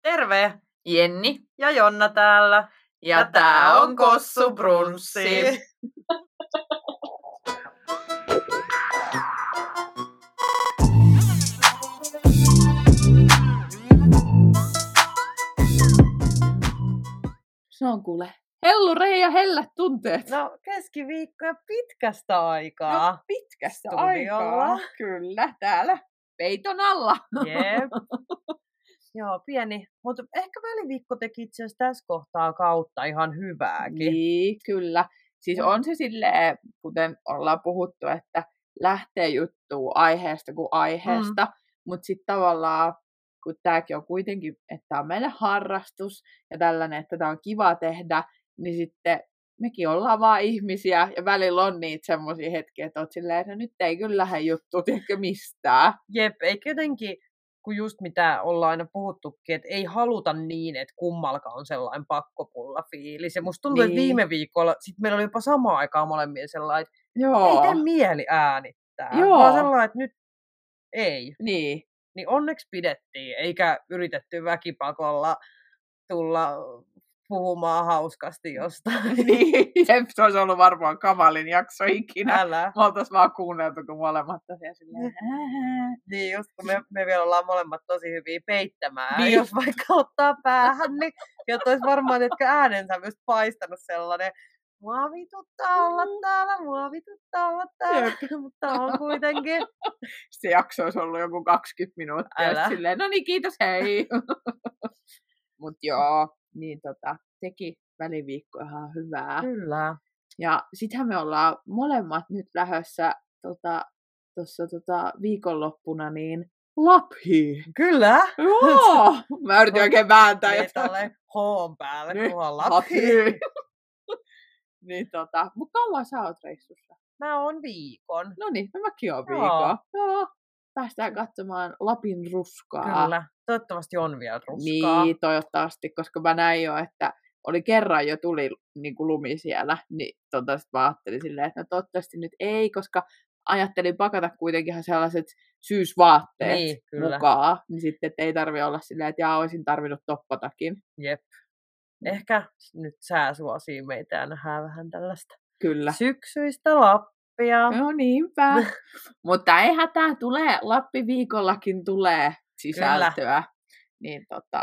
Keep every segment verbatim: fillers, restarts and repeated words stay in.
Terve! Jenni ja Jonna täällä. Ja, ja tää on Kossu Brunssi. Se on kuule hellurei ja hellät tunteet. No keskiviikko ja pitkästä aikaa. No pitkästä Studiolla. aikaa. Kyllä, täällä peiton alla. Jep. Joo, pieni. Mutta ehkä väliviikko teki itse asiassa tässä kohtaa kautta ihan hyvääkin. Niin, kyllä. Siis on se silleen, kuten ollaan puhuttu, että lähtee juttua aiheesta kuin aiheesta. Mm. Mutta sitten tavallaan, kun tämäkin on kuitenkin, että on meille harrastus ja tällainen, että tämä on kiva tehdä, niin sitten mekin ollaan vaan ihmisiä ja välillä on niitä semmoisia hetkiä, että oot silleen, että nyt ei kyllä lähde juttu, tiedätkö mistään. Jep, eikä jotenkin, kun just mitä ollaan aina puhuttukin, että ei haluta niin, että kummalkaan on sellainen pakkopulla fiilis. Ja musta tuntuu, niin. että viime viikolla sit meillä oli jopa samaan aikaan molemmien sellainen, että Joo. ei tee mieli äänittää. Joo. Vaan sellainen, että nyt ei. Niin. Niin onneksi pidettiin, eikä yritetty väkipakolla tulla puhumaan hauskasti jostain. Niin, se olisi ollut varmaan kamalin jakso ikinä. Älä. Me oltaisiin vaan kuunneltu, kun molemmat tosiaan silleen. Niin, just kun me, me vielä ollaan molemmat tosi hyviä peittämään. Niin. Jos vaikka ottaa päähän, niin sieltä olisi varmaan että äänensävystä paistanut sellainen. Mua vituttaa olla täällä, mua vituttaa olla täällä, mutta on kuitenkin. Se jakso olisi ollut joku kaksikymmentä minuuttia. Älä. Silleen, no niin, kiitos, hei. Mut joo, niin tota, teki väliviikko ihan hyvää. Kyllä. Ja sittenhän me ollaan molemmat nyt lähdössä tota, tuossa tota, viikonloppuna niin Lappiin. Kyllä. Joo. Mä yritin oikein vääntää. Niin tälle hoon päälle, Nyt, kun on Lappiin. Niin tota, mutta kauan sä oot reissussa? Mä oon viikon. No niin, no mäkin oon Joo. viikon. Joo. Päästään katsomaan Lapin ruskaa. Kyllä. Toivottavasti on vielä ruskaa. Niin, toivottavasti, koska mä näin jo, että oli kerran jo tuli niin kuin lumi siellä, niin tota sit mä ajattelin silleen, että no toivottavasti nyt ei, koska ajattelin pakata kuitenkin ihan sellaiset syysvaatteet Niin, kyllä. mukaan, niin sitten että ei tarvi olla silleen, että jaa, olisin tarvinnut toppatakin. Jep. Ehkä nyt sää suosii meitä ja nähdään vähän tällaista Kyllä. syksyistä Lappia. No niinpä. Mutta ei hätää, tulee, Lappi viikollakin tulee sisältöä. Kyllä. Niin tota...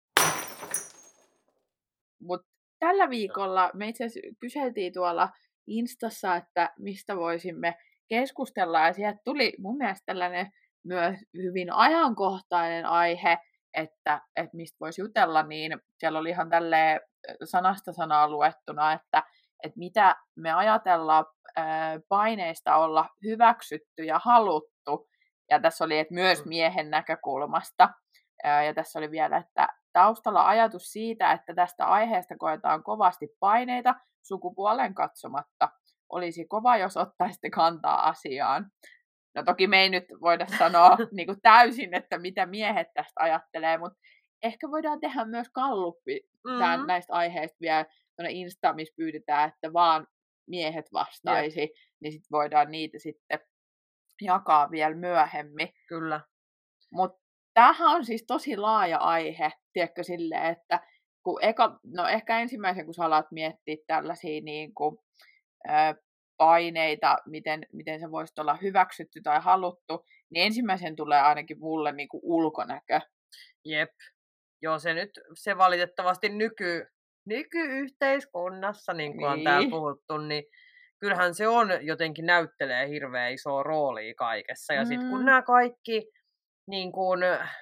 Mut tällä viikolla me itse asiassa kyseltiin tuolla Instassa, että mistä voisimme keskustella. Ja sieltä tuli mun mielestä tällainen myös hyvin ajankohtainen aihe, että, että mistä voisi jutella. Niin siellä oli ihan tälleen sanasta sanaa luettuna, että, että mitä me ajatellaan ää, paineista olla hyväksytty ja haluttu. Ja tässä oli, että myös miehen näkökulmasta. Ää, ja tässä oli vielä, että taustalla ajatus siitä, että tästä aiheesta koetaan kovasti paineita sukupuolen katsomatta. Olisi kova, jos ottaisitte kantaa asiaan. No toki me ei nyt voida sanoa niin kuin täysin, että mitä miehet tästä ajattelee, mutta ehkä voidaan tehdä myös galluppi mm-hmm. näistä aiheista vielä tuonne Insta, missä pyydetään, että vaan miehet vastaisi, Jep. niin sitten voidaan niitä sitten jakaa vielä myöhemmin. Kyllä. Mutta tämähän on siis tosi laaja aihe, tiedätkö, silleen, että kun eka, no ehkä ensimmäisen, kun sä alat miettiä tällaisia niin kuin, ö, paineita, miten, miten se voisi olla hyväksytty tai haluttu, niin ensimmäisen tulee ainakin mulle niin kuin ulkonäkö. Jep. Joo, se nyt, se valitettavasti nyky, nykyyhteiskunnassa, niin kuin niin. on täällä puhuttu, niin kyllähän se on jotenkin näyttelee hirveän isoa roolia kaikessa. Ja mm. sitten kun nämä kaikki niin kuin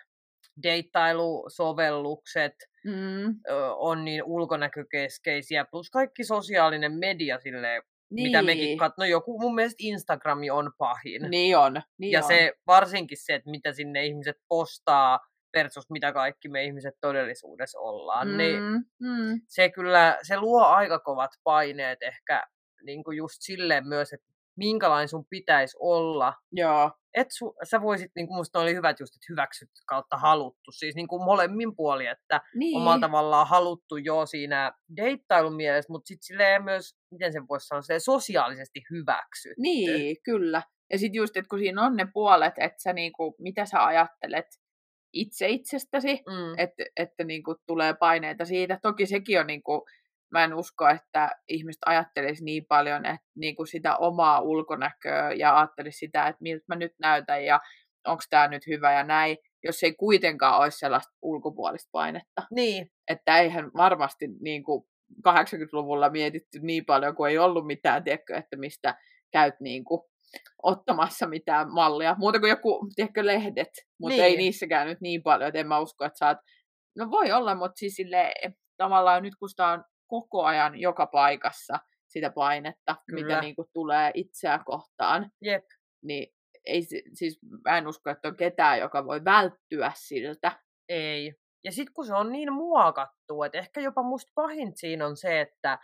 deittailusovellukset mm. on niin ulkonäkökeskeisiä, plus kaikki sosiaalinen media silleen, niin. mitä mekin kat... No joku mun mielestä Instagrami on pahin. Niin on. Niin ja on. se varsinkin se, että mitä sinne ihmiset postaa versus mitä kaikki me ihmiset todellisuudessa ollaan, mm. niin mm. se kyllä, se luo aika kovat paineet ehkä niin kuin just silleen myös, että minkälainen sun pitäisi olla. Joo. Että sä voisit, niin kuin musta oli hyvät just, että hyväksytty kautta haluttu. Siis niin kuin molemmin puoli, että niin. omalla tavallaan haluttu jo siinä deittailun mielessä, mutta sitten silleen myös, miten sen voisi sanoa, sosiaalisesti hyväksytty. Niin, kyllä. Ja sitten just, että kun siinä on ne puolet, että sä niinku, mitä sä ajattelet itse itsestäsi, Mm. että, että niin kuin tulee paineita siitä. Toki sekin on, niin kuin, mä en usko, että ihmiset ajattelisi niin paljon, että niin kuin sitä omaa ulkonäköä ja ajattelisi sitä, että miltä mä nyt näytän ja onko tämä nyt hyvä ja näin, jos ei kuitenkaan olisi sellaista ulkopuolista painetta. Niin. Että eihän varmasti niin kuin kahdeksankymmentäluvulla mietitty niin paljon, kun ei ollut mitään, tiedätkö, että mistä käyt niin kuin ottamassa mitään mallia. Muuta kuin joku, tiedätkö, lehdet, mutta Niin. ei niissäkään nyt niin paljon, että en mä usko, että saat... No voi olla, mutta siis silleen, tavallaan nyt kun sitä on koko ajan joka paikassa sitä painetta, Kyllä. mitä niin kuin tulee itseä kohtaan, Jep. niin ei, siis mä en usko, että on ketään, joka voi välttyä siltä. Ei. Ja sitten kun se on niin muokattu, että ehkä jopa musta pahin siinä on se, että,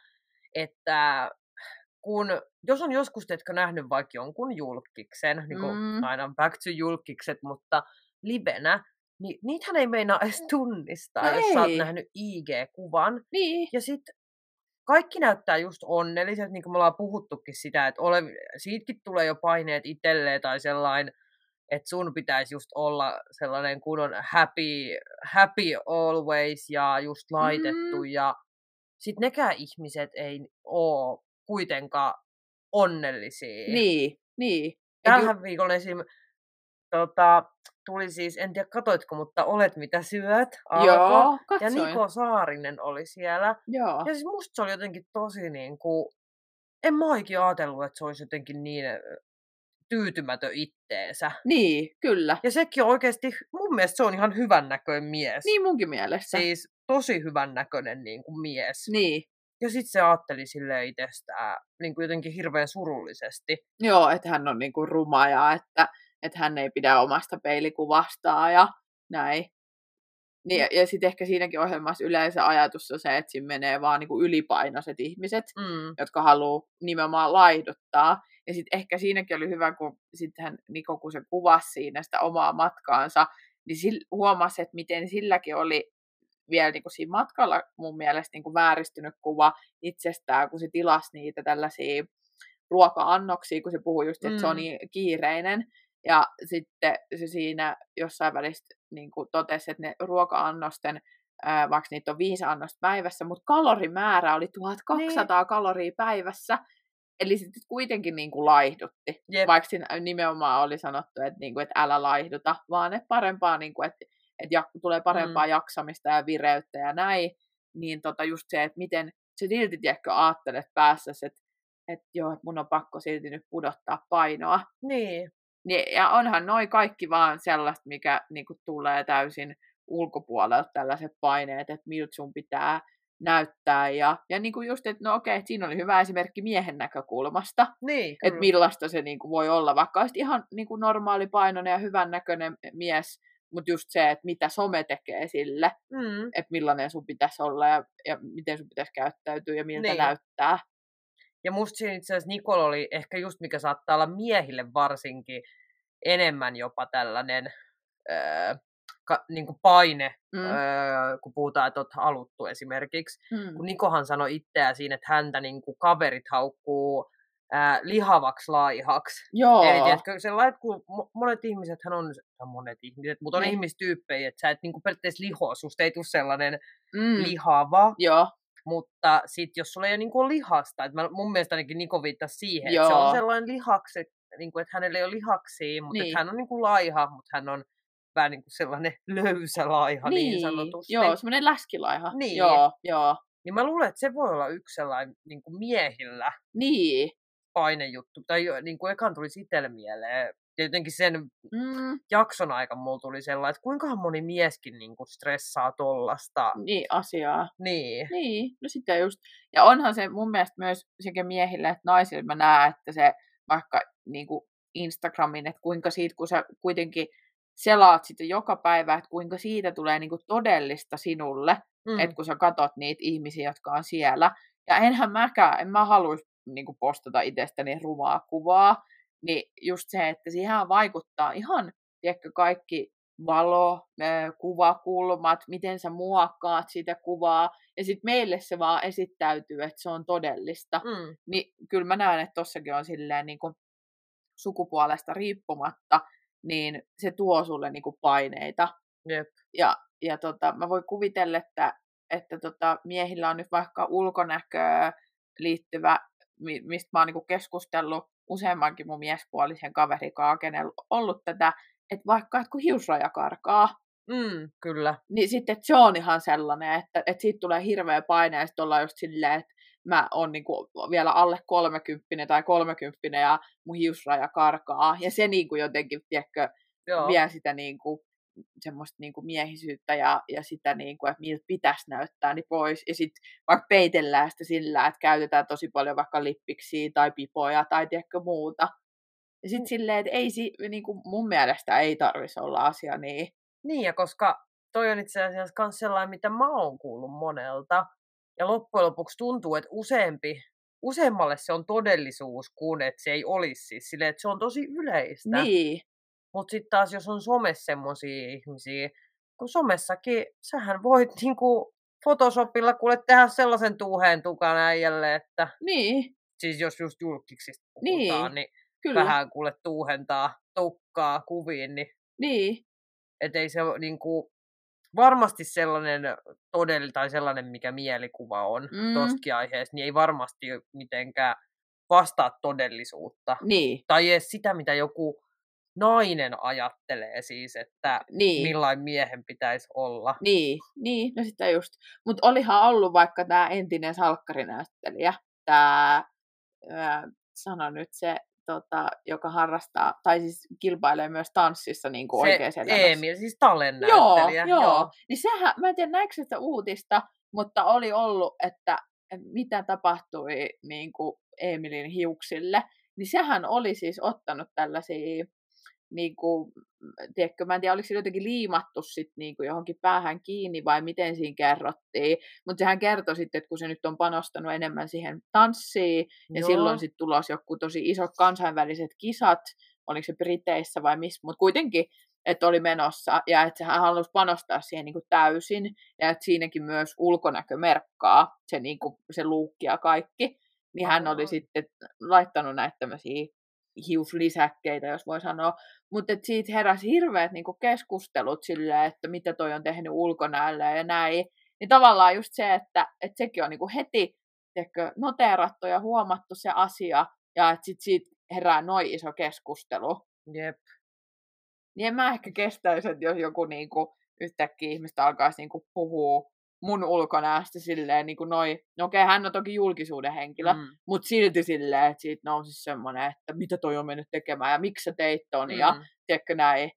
että kun, jos on joskus teetkö nähnyt vaikka jonkun julkkiksen, niin kuin Mm. aina back to julkkikset, mutta livenä, niin niitähän ei meinaa edes tunnistaa, No jos ei. sä oot nähnyt I G-kuvan. Niin. Ja sitten kaikki näyttää just onnelliset, niin kuin me ollaan puhuttukin sitä, että ole, siitäkin tulee jo paineet itselleen tai sellainen, että sun pitäisi just olla sellainen kunnon happy, happy always ja just laitettu. Mm. Ja sitten nekään ihmiset ei ole kuitenkaan onnellisia. Niin, niin. Tällä viikolla esim. Tota, tuli siis, en tiedä katoitko, mutta Olet mitä syöt, alko. Joo, Ja katsoin. Niko Saarinen oli siellä. Joo. Ja siis musta se oli jotenkin tosi niin kuin, en mä oikein ajatellut, että se olisi jotenkin niin tyytymätön itteensä. Niin, kyllä. Ja sekin on oikeasti, mun mielestä se on ihan hyvän näköinen mies. Niin munkin mielestä. Siis tosi hyvän näköinen niin kuin mies. Niin. Ja sitten se ajatteli silleen itsestään niin kuin jotenkin hirveän surullisesti. Joo, että hän on niinku ruma ja että, että hän ei pidä omasta peilikuvastaan ja näin. Niin, ja, ja sitten ehkä siinäkin ohjelmassa yleensä ajatus on se, että siinä menee vaan niinku ylipainoiset ihmiset, Mm. jotka haluaa nimenomaan laihduttaa. Ja sitten ehkä siinäkin oli hyvä, kun sitten Niko, kun se kuvasi siinä sitä omaa matkaansa, niin sil, huomasi, että miten silläkin oli vielä niin kuin siinä matkalla mun mielestä niin kuin vääristynyt kuva itsestään, kun se tilasi niitä tällaisia ruoka-annoksia, kun se puhui just, että mm. se on niin kiireinen. Ja sitten se siinä jossain välissä niin kuin totesi, että ne ruoka-annosten, ää, vaikka niitä on viisi annosta päivässä, mutta kalorimäärä oli tuhatkaksisataa niin. kaloria päivässä. Eli sitten kuitenkin niin kuin laihdutti, Jep. vaikka siinä nimenomaan oli sanottu, että, niin kuin, että älä laihduta, vaan että parempaa, niin kuin, että, että tulee parempaa mm. jaksamista ja vireyttä ja näin. Niin tota just se, että miten se silti tiedätkö ajattelet päässäsi, että, että joo, että mun on pakko silti nyt pudottaa painoa. Niin. niin ja onhan noi kaikki vaan sellaista, mikä niin kuin tulee täysin ulkopuolelta tällaiset paineet, että miltä sun pitää näyttää. Ja, ja niin kuin just, että no okei, siinä oli hyvä esimerkki miehen näkökulmasta. Niin, että millaista se niin kuin voi olla, vaikka olisi ihan niin kuin normaalipainoinen ja hyvän näköinen mies, mutta just se, että mitä some tekee sille, mm. että millainen sun pitäisi olla ja, ja miten sun pitäisi käyttäytyä ja miltä niin. näyttää. Ja musta siinä itse asiassa Nikol oli ehkä just mikä saattaa olla miehille varsinkin enemmän jopa tällainen öö, ka, niin kuin paine, mm. öö, kun puhutaan, että oot haluttu esimerkiksi. Mm. Kun Nikohan sanoi itseään siinä, että häntä niin kuin kaverit haukkuu ää, lihavaksi laihaksi. Joo. Eli tiedätkö, sellainen, kun monet ihmisethän on, monet ihmiset, mutta on mm. ihmistyyppejä, että sä et niin kuin periaatteessa lihoa, susta ei tule sellainen mm. lihava. Joo. Mutta sitten jos sulla ei ole niin kuin lihasta, että mä, mun mielestä ainakin Niko viittasi siihen, Joo. että se on sellainen lihaksi, niin kuin, että hänellä ei ole lihaksia, mutta niin. että hän on niin kuin laiha, mutta hän on vähän niin kuin sellainen löysä laiha niin, niin sanotusti. Joo, semmoinen läskilaiha. Niin. Joo, joo. Niin mä luulen, että se voi olla yksi sellainen niin kuin miehillä niin. painejuttu. Tai niin kuin ekan tuli itselle mieleen. Ja jotenkin sen mm. jakson aikana mulla tuli sellainen, että kuinkahan moni mieskin niin kuin stressaa tollasta. Niin, asiaa. Niin. Niin, no sitä just. Ja onhan se mun mielestä myös sekä miehille että naisille mä näen, että se vaikka niin kuin Instagramin, että kuinka siitä, kun sä kuitenkin selaat sitä joka päivä, että kuinka siitä tulee niin kuin todellista sinulle, mm. että kun sä katot niitä ihmisiä, jotka on siellä. Ja enhän mäkään, en mä haluaisi niin kuin postata itsestäni rumaa kuvaa, niin just se, että siihen vaikuttaa ihan, tiedätkö, kaikki valo, kuvakulmat, miten sä muokkaat sitä kuvaa, ja sitten meille se vaan esittäytyy, että se on todellista. Mm. Niin kyllä mä näen, että tossakin on silleen niin kuin sukupuolesta riippumatta, niin se tuo sulle niin kuin paineita. Jep. Ja, ja tota, mä voin kuvitella, että, että tota, miehillä on nyt vaikka ulkonäköä liittyvä, mistä mä oon niinku keskustellut useammankin mun miespuolisen kaverikaan, kenellä on ollut tätä, että vaikka että kun hiusraja karkaa, mm, kyllä. niin sitten se on ihan sellainen, että, että siitä tulee hirveä paine ja sitten ollaan just silleen, että mä oon niinku vielä alle kolmekymppinen tai kolmekymppinen ja mun hiusraja karkaa. Ja se niinku jotenkin, tiedätkö, Joo. vie sitä niinku, semmoista niinku miehisyyttä ja, ja sitä, niinku, että miltä pitäisi näyttää, niin pois. Ja sitten vaikka peitellään sitä sillä, että käytetään tosi paljon vaikka lippiksiä tai pipoja tai tiedätkö muuta. Ja sitten silleen, että ei, niinku, mun mielestä ei tarvitsisi olla asia niin. Niin, ja koska toi on itse asiassa myös sellainen, mitä mä oon kuullut monelta. Ja loppujen lopuksi tuntuu, että useampi, useammalle se on todellisuus, kuin että se ei olisi siis silleen, että se on tosi yleistä. Niin. Mutta sitten taas, jos on somessa semmoisia ihmisiä, kun somessakin sähän voit niinku Photoshopilla kuule tehdä sellaisen tuuheen tukan äijälle, että niin. Siis jos just julkiksista puhutaan, niin, niin vähän kuule tuuhentaa tukkaa kuviin, niin, niin. Et ei se niinku, varmasti sellainen todell, tai sellainen, mikä mielikuva on mm. tostakin aiheesta, niin ei varmasti mitenkään vastaa todellisuutta. Niin. Tai edes sitä, mitä joku nainen ajattelee siis, että niin. millainen miehen pitäisi olla. Niin, niin, no sitä just. Mutta olihan ollut vaikka tämä entinen salkkarinäyttelijä, tämä, sano nyt se, tota, joka harrastaa, tai siis kilpailee myös tanssissa niin kuin oikeassa elämässä. Emil, siis talennäyttelijä. Joo, joo. joo. Niin sehän, mä en tiedä näikö sitä uutista, mutta oli ollut, että mitä tapahtui niin kuin Emilin hiuksille. Niin sehän oli siis ottanut tällaisia, niin kuin, tiedätkö, mä en tiedä, oliko se jotenkin liimattu sit niin kuin johonkin päähän kiinni vai miten siinä kerrottiin. Mutta sehän kertoi sitten, että kun se nyt on panostanut enemmän siihen tanssiin, ja silloin sitten tulos joku tosi isot kansainväliset kisat, oliko se Briteissä vai missä, mutta kuitenkin, että oli menossa, ja että hän halusi panostaa siihen niin kuin täysin, ja että siinäkin myös ulkonäkö merkkaa, se, niin kuin, se luukki ja kaikki, niin hän oli sitten laittanut näitä tämmöisiä hiuslisäkkeitä, jos voi sanoa, mutta siitä heräsi hirveät niinku keskustelut silleen, että mitä toi on tehnyt ulkonäölle ja näin, niin tavallaan just se, että, että sekin on niinku heti teikö, noteerattu ja huomattu se asia, ja että sit siitä herää noin iso keskustelu. Jep. Niin en mä ehkä kestäisi, että jos joku niinku yhtäkkiä ihmistä alkaisi niinku puhua mun ulkonäöstä silleen, niin kuin noi, no okei, hän on toki julkisuuden henkilö, mm. mutta silti silleen, että siitä nousisi semmoinen, että mitä toi on mennyt tekemään ja miksi sä teit ton mm. ja tiedätkö näin.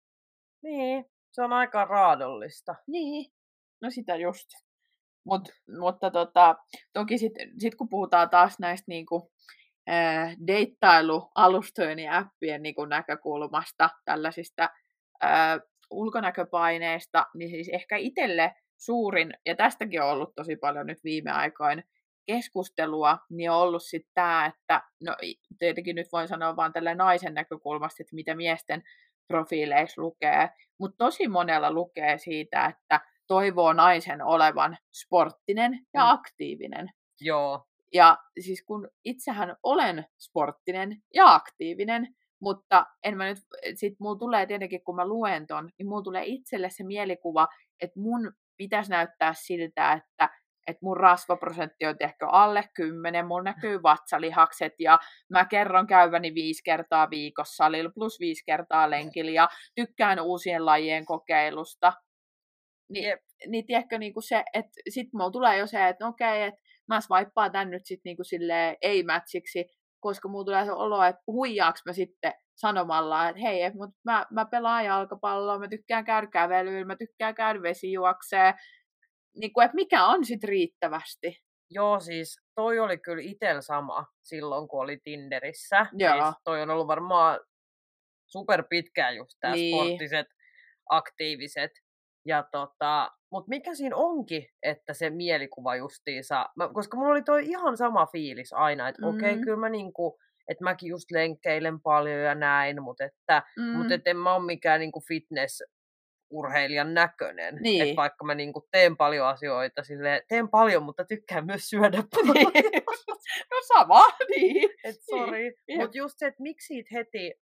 Niin, se on aika raadollista. Niin, no sitä just. Mut, mutta tota, toki sitten sit kun puhutaan taas näistä niinku, äh, deittailualustojen ja appien niinku näkökulmasta, tällaisista äh, ulkonäköpaineista, niin siis ehkä itselle suurin, ja tästäkin on ollut tosi paljon nyt viime aikoina keskustelua, niin on ollut sitten tämä, että no tietenkin nyt voin sanoa vaan tällä naisen näkökulmasta, että mitä miesten profiileissa lukee, mutta tosi monella lukee siitä, että toivoo naisen olevan sporttinen ja mm. aktiivinen. Joo. Ja siis kun itsehän olen sporttinen ja aktiivinen, mutta en mä nyt, sit mulla tulee tietenkin, kun mä luen ton, niin mulla tulee itselle se mielikuva, että mun pitäisi näyttää siltä, että, että mun rasvaprosentti on ehkä alle kymmenen, mun näkyy vatsalihakset ja mä kerron käyväni viisi kertaa viikossa salilla plus viisi kertaa lenkillä ja tykkään uusien lajien kokeilusta. Niin, niin tiedätkö niinku se, että sit mulla tulee jo se, että okei, että mä swipaan tän nyt sit niinku silleen ei-mätsiksi, koska mulla tulee se olo, että huijaaks mä sitten sanomalla, että hei, mut mä, mä pelaan jalkapalloa, mä tykkään käydä kävelyyn, mä tykkään käydä vesijuokseen, niin kuin, että mikä on sit riittävästi. Joo, siis toi oli kyllä itsellä sama silloin, kun oli Tinderissä. Joo. Siis toi on ollut varmaan super pitkään just tää niin. sporttiset, aktiiviset. Ja tota, mut mikä siinä onkin, että se mielikuva justiinsa, mä, koska mulla oli toi ihan sama fiilis aina, että mm-hmm. okei, okay, kyllä mä niinku, että mäkin just lenkkeilen paljon ja näin, mutta että mm-hmm. mut et en mä ole mikään niinku fitness-urheilijan näköinen. Niin. Että vaikka mä niinku teen paljon asioita, silleen, teen paljon, mutta tykkään myös syödä paljon. No sama, niin. Et sori. Niin. Mut just se, että miksi siitä heti,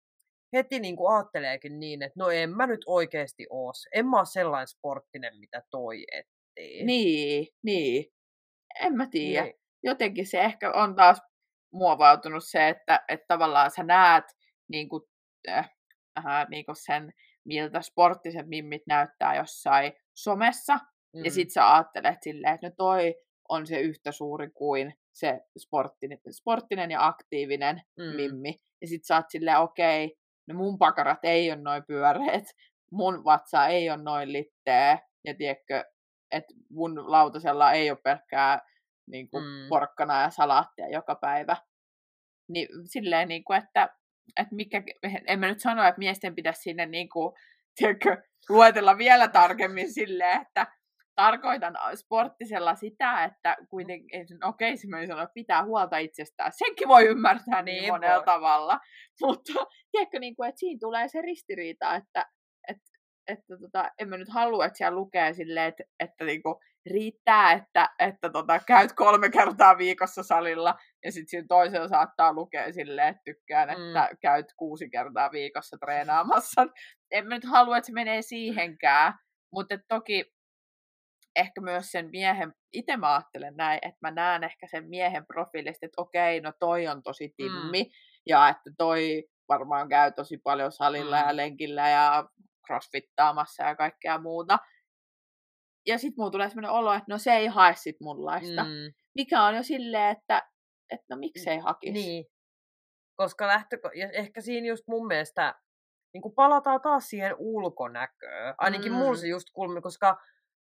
heti niin kuin ajatteleekin niin, että no en mä nyt oikeasti oo. En mä oo sellainen sporttinen, mitä toi etsii. Niin, niin. En mä tiedä. Niin. Jotenkin se ehkä on taas muovautunut se, että, että tavallaan sä näet niin kuin, äh, äh, niin kuin sen, miltä sporttiset mimmit näyttää jossain somessa. Mm. Ja sit sä ajattelet silleen, että no toi on se yhtä suuri kuin se sporttinen, sporttinen ja aktiivinen mm. mimmi. Ja sit sä oot silleen, okei, okay, no mun pakarat ei ole noin pyöreät, mun vatsa ei ole noin litteä. Ja tiedätkö, että mun lautasella ei ole pelkkää niin kuin mm. porkkana ja salaattia joka päivä. Niin silleen, niin kuin, että, että mikä, en mä nyt sano, että miesten pitäisi sinne niin kuin, tiedätkö, luetella vielä tarkemmin silleen, että tarkoitan sporttisella sitä, että kuitenkin, okei, okay, mä sanon, että pitää huolta itsestään. Senkin voi ymmärtää niin, niin monella voi. tavalla. Mutta tiedätkö, niin kuin, että siinä tulee se ristiriita, että, että, että tota, en mä nyt halua, että siellä lukee silleen, että, että niin kuin, riittää, että, että tota, käyt kolme kertaa viikossa salilla, ja sitten siinä toisella saattaa lukea silleen, että tykkään, mm. että käyt kuusi kertaa viikossa treenaamassa. En mä nyt halua, että se menee siihenkään, mutta toki ehkä myös sen miehen, itse mä ajattelen näin, että mä näen ehkä sen miehen profiilista, että okei, no toi on tosi timmi, mm. ja että toi varmaan käy tosi paljon salilla mm. ja lenkillä ja crossfittaamassa ja kaikkea muuta. Ja sit mulla tulee sellainen olo, että no se ei hae sit munlaista. Mm. Mikä on jo silleen, että, että no miksei hakisi. Niin. Koska lähtö, ja ehkä siinä just mun mielestä niin kun palataan taas siihen ulkonäköön. Ainakin mm. mulla se just kulmi, koska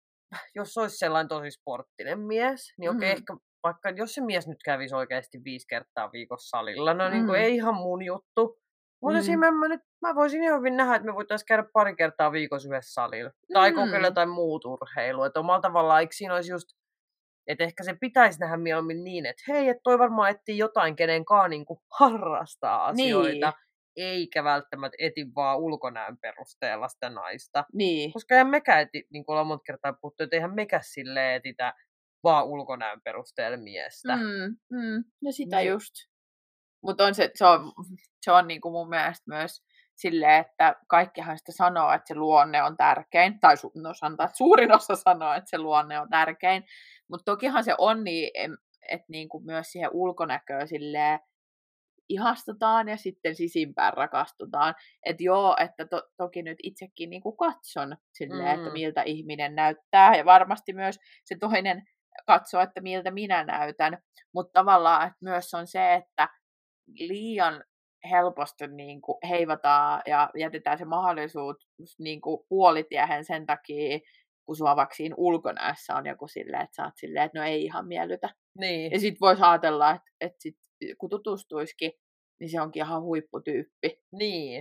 jos olisi sellainen tosi sporttinen mies, niin okei, mm. ehkä vaikka jos se mies nyt kävisi oikeasti viisi kertaa viikossa salilla, no mm. niin kuin ei ihan mun juttu. Mutta mm. siinä mä, nyt, mä voisin ihan hyvin nähdä, että me voitaisiin käydä pari kertaa viikossa yhdessä salilla. Mm. Tai kokeilla jotain muut urheilua. Että omalla tavallaan, eikö siinä olisi just, että ehkä se pitäisi nähdä mieluummin niin, että hei, että toi varmaan etsii jotain, kenenkaan niin kuin harrastaa asioita. Niin. Eikä välttämättä eti vaan ulkonäön perusteella sitä naista. Niin. Koska eihän mekään, eti, niin kuin ollaan monta kertaa puhuttu, että eihän mekään silleen etitä vaan ulkonäön perusteella miestä. Mm, mm. No sitä niin. just. Mutta on se, se on, se on niin kuin mun mielestä myös silleen, että kaikkihan sitä sanoo, että se luonne on tärkein. Tai no sanotaan, että suurin osa sanoo, että se luonne on tärkein. Mutta tokihan se on niin, että niin kuin myös siihen ulkonäköön silleen ihastutaan ja sitten sisimpään rakastutaan. Että joo, että to, toki nyt itsekin niin kuin katson silleen, mm. että miltä ihminen näyttää. Ja varmasti myös se toinen katsoo, että miltä minä näytän. Mutta tavallaan, että myös on se, että liian helposti niin kuin heivataan ja jätetään se mahdollisuus niin kuin puolitiehen sen takia, kun sua vaikka siinä ulkonäössä on joku silleen, että sä oot silleen, että no ei ihan miellytä. Niin. Ja sit voisi ajatella, että, että sit, kun tutustuisikin, niin se onkin ihan huipputyyppi. Niin.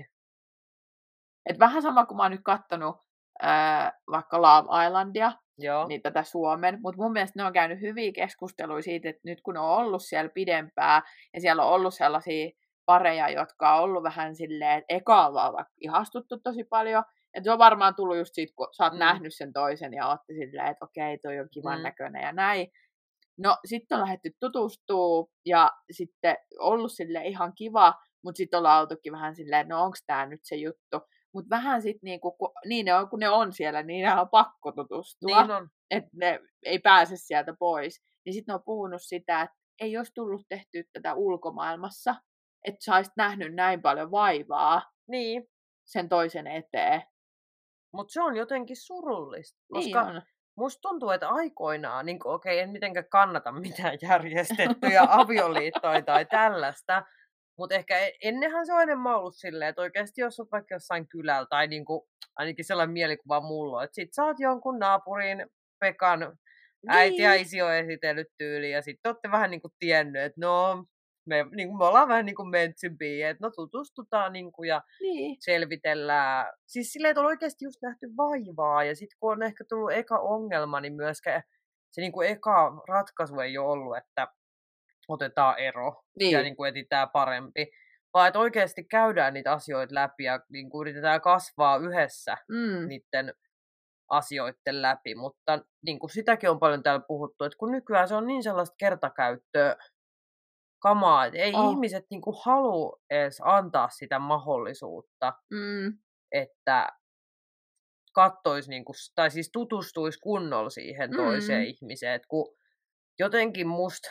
Et vähän sama kuin mä oon nyt kattonut ää, vaikka Love Islandia, Joo. niin tätä Suomen, mutta mun mielestä ne on käynyt hyviä keskusteluja siitä, että nyt kun ne on ollut siellä pidempään, ja siellä on ollut sellaisia pareja, jotka on ollut vähän silleen, että eka on vaan vaikka ihastuttu tosi paljon, että se on varmaan tullut just siitä, kun sä oot mm. nähnyt sen toisen, ja ootte silleen, että okei, toi on kivan mm. näköinen ja näin. No, sitten on lähdetty tutustuu, ja sitten ollut silleen ihan kiva, mutta sitten ollaan oltukin vähän silleen, että no onks tää nyt se juttu. Mutta vähän sitten, niinku, kun, niin ne on, kun ne on siellä, niin ne on pakko tutustua, niin on. Että ne ei pääse sieltä pois. Niin sitten ne on puhunut sitä, että ei olisi tullut tehtyä tätä ulkomaailmassa, että sä olisit nähnyt näin paljon vaivaa niin. sen toisen eteen. Mutta se on jotenkin surullista, koska niin musta tuntuu, että aikoinaan, niin okei, okay, en mitenkään kannata mitään järjestettyjä avioliittoja tai tällaista, mutta ehkä ennenhän se on enemmän ollut silleen, että oikeasti jos olet vaikka jossain kylällä, tai niinku, ainakin sellainen mielikuva mulla on, että sit sä oot jonkun naapurin Pekan niin. äiti ja isi on esitellyt tyyliin, ja sitten olette vähän niinku tiennyt, että no, me, niinku, me ollaan vähän niin kuin meant to be, että no tutustutaan niinku, ja niin. selvitellään. Siis silleen, että on oikeasti just nähty vaivaa, ja sitten kun on ehkä tullut eka ongelma, niin myöskään se niinku eka ratkaisu ei ole ollut, että otetaan ero niin. ja niin kuin etsitään parempi, vaan että oikeasti käydään niitä asioita läpi ja niin kuin yritetään kasvaa yhdessä mm. niiden asioiden läpi, mutta niin kuin sitäkin on paljon täällä puhuttu, että kun nykyään se on niin sellaista kertakäyttöä, kamaa, että ei Oh. ihmiset niinku halua edes antaa sitä mahdollisuutta, Mm. että kattois niinku, tai siis tutustuisi kunnolla siihen toiseen Mm. ihmiseen, et kun jotenkin musta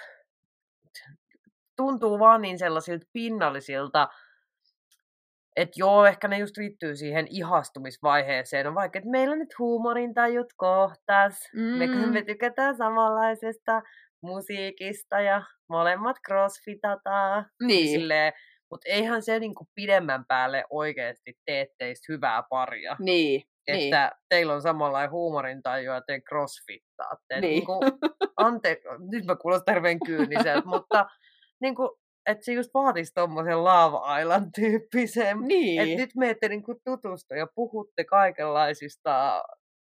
tuntuu vaan niin sellaisilta pinnallisilta, että joo, ehkä ne just liittyy siihen ihastumisvaiheeseen. On vaikka, että meillä nyt huumorintajut kohtas, me, me Mm. tykätään samanlaisesta musiikista ja molemmat crossfitataan. Niin Niin. silleen, mutta eihän se niinku pidemmän päälle oikeasti tee teistä hyvää paria. Niin. Niin. Että teillä on samanlainen huumorintaju ja te crossfittaatte. Et Niin. niinku, ante, nyt mä kuulostan terveen kyyniseltä, mutta niinku, että se just vaatisi tommosen Love Island-tyyppisen. Niin. Että nyt meette niinku tutustu ja puhutte kaikenlaisista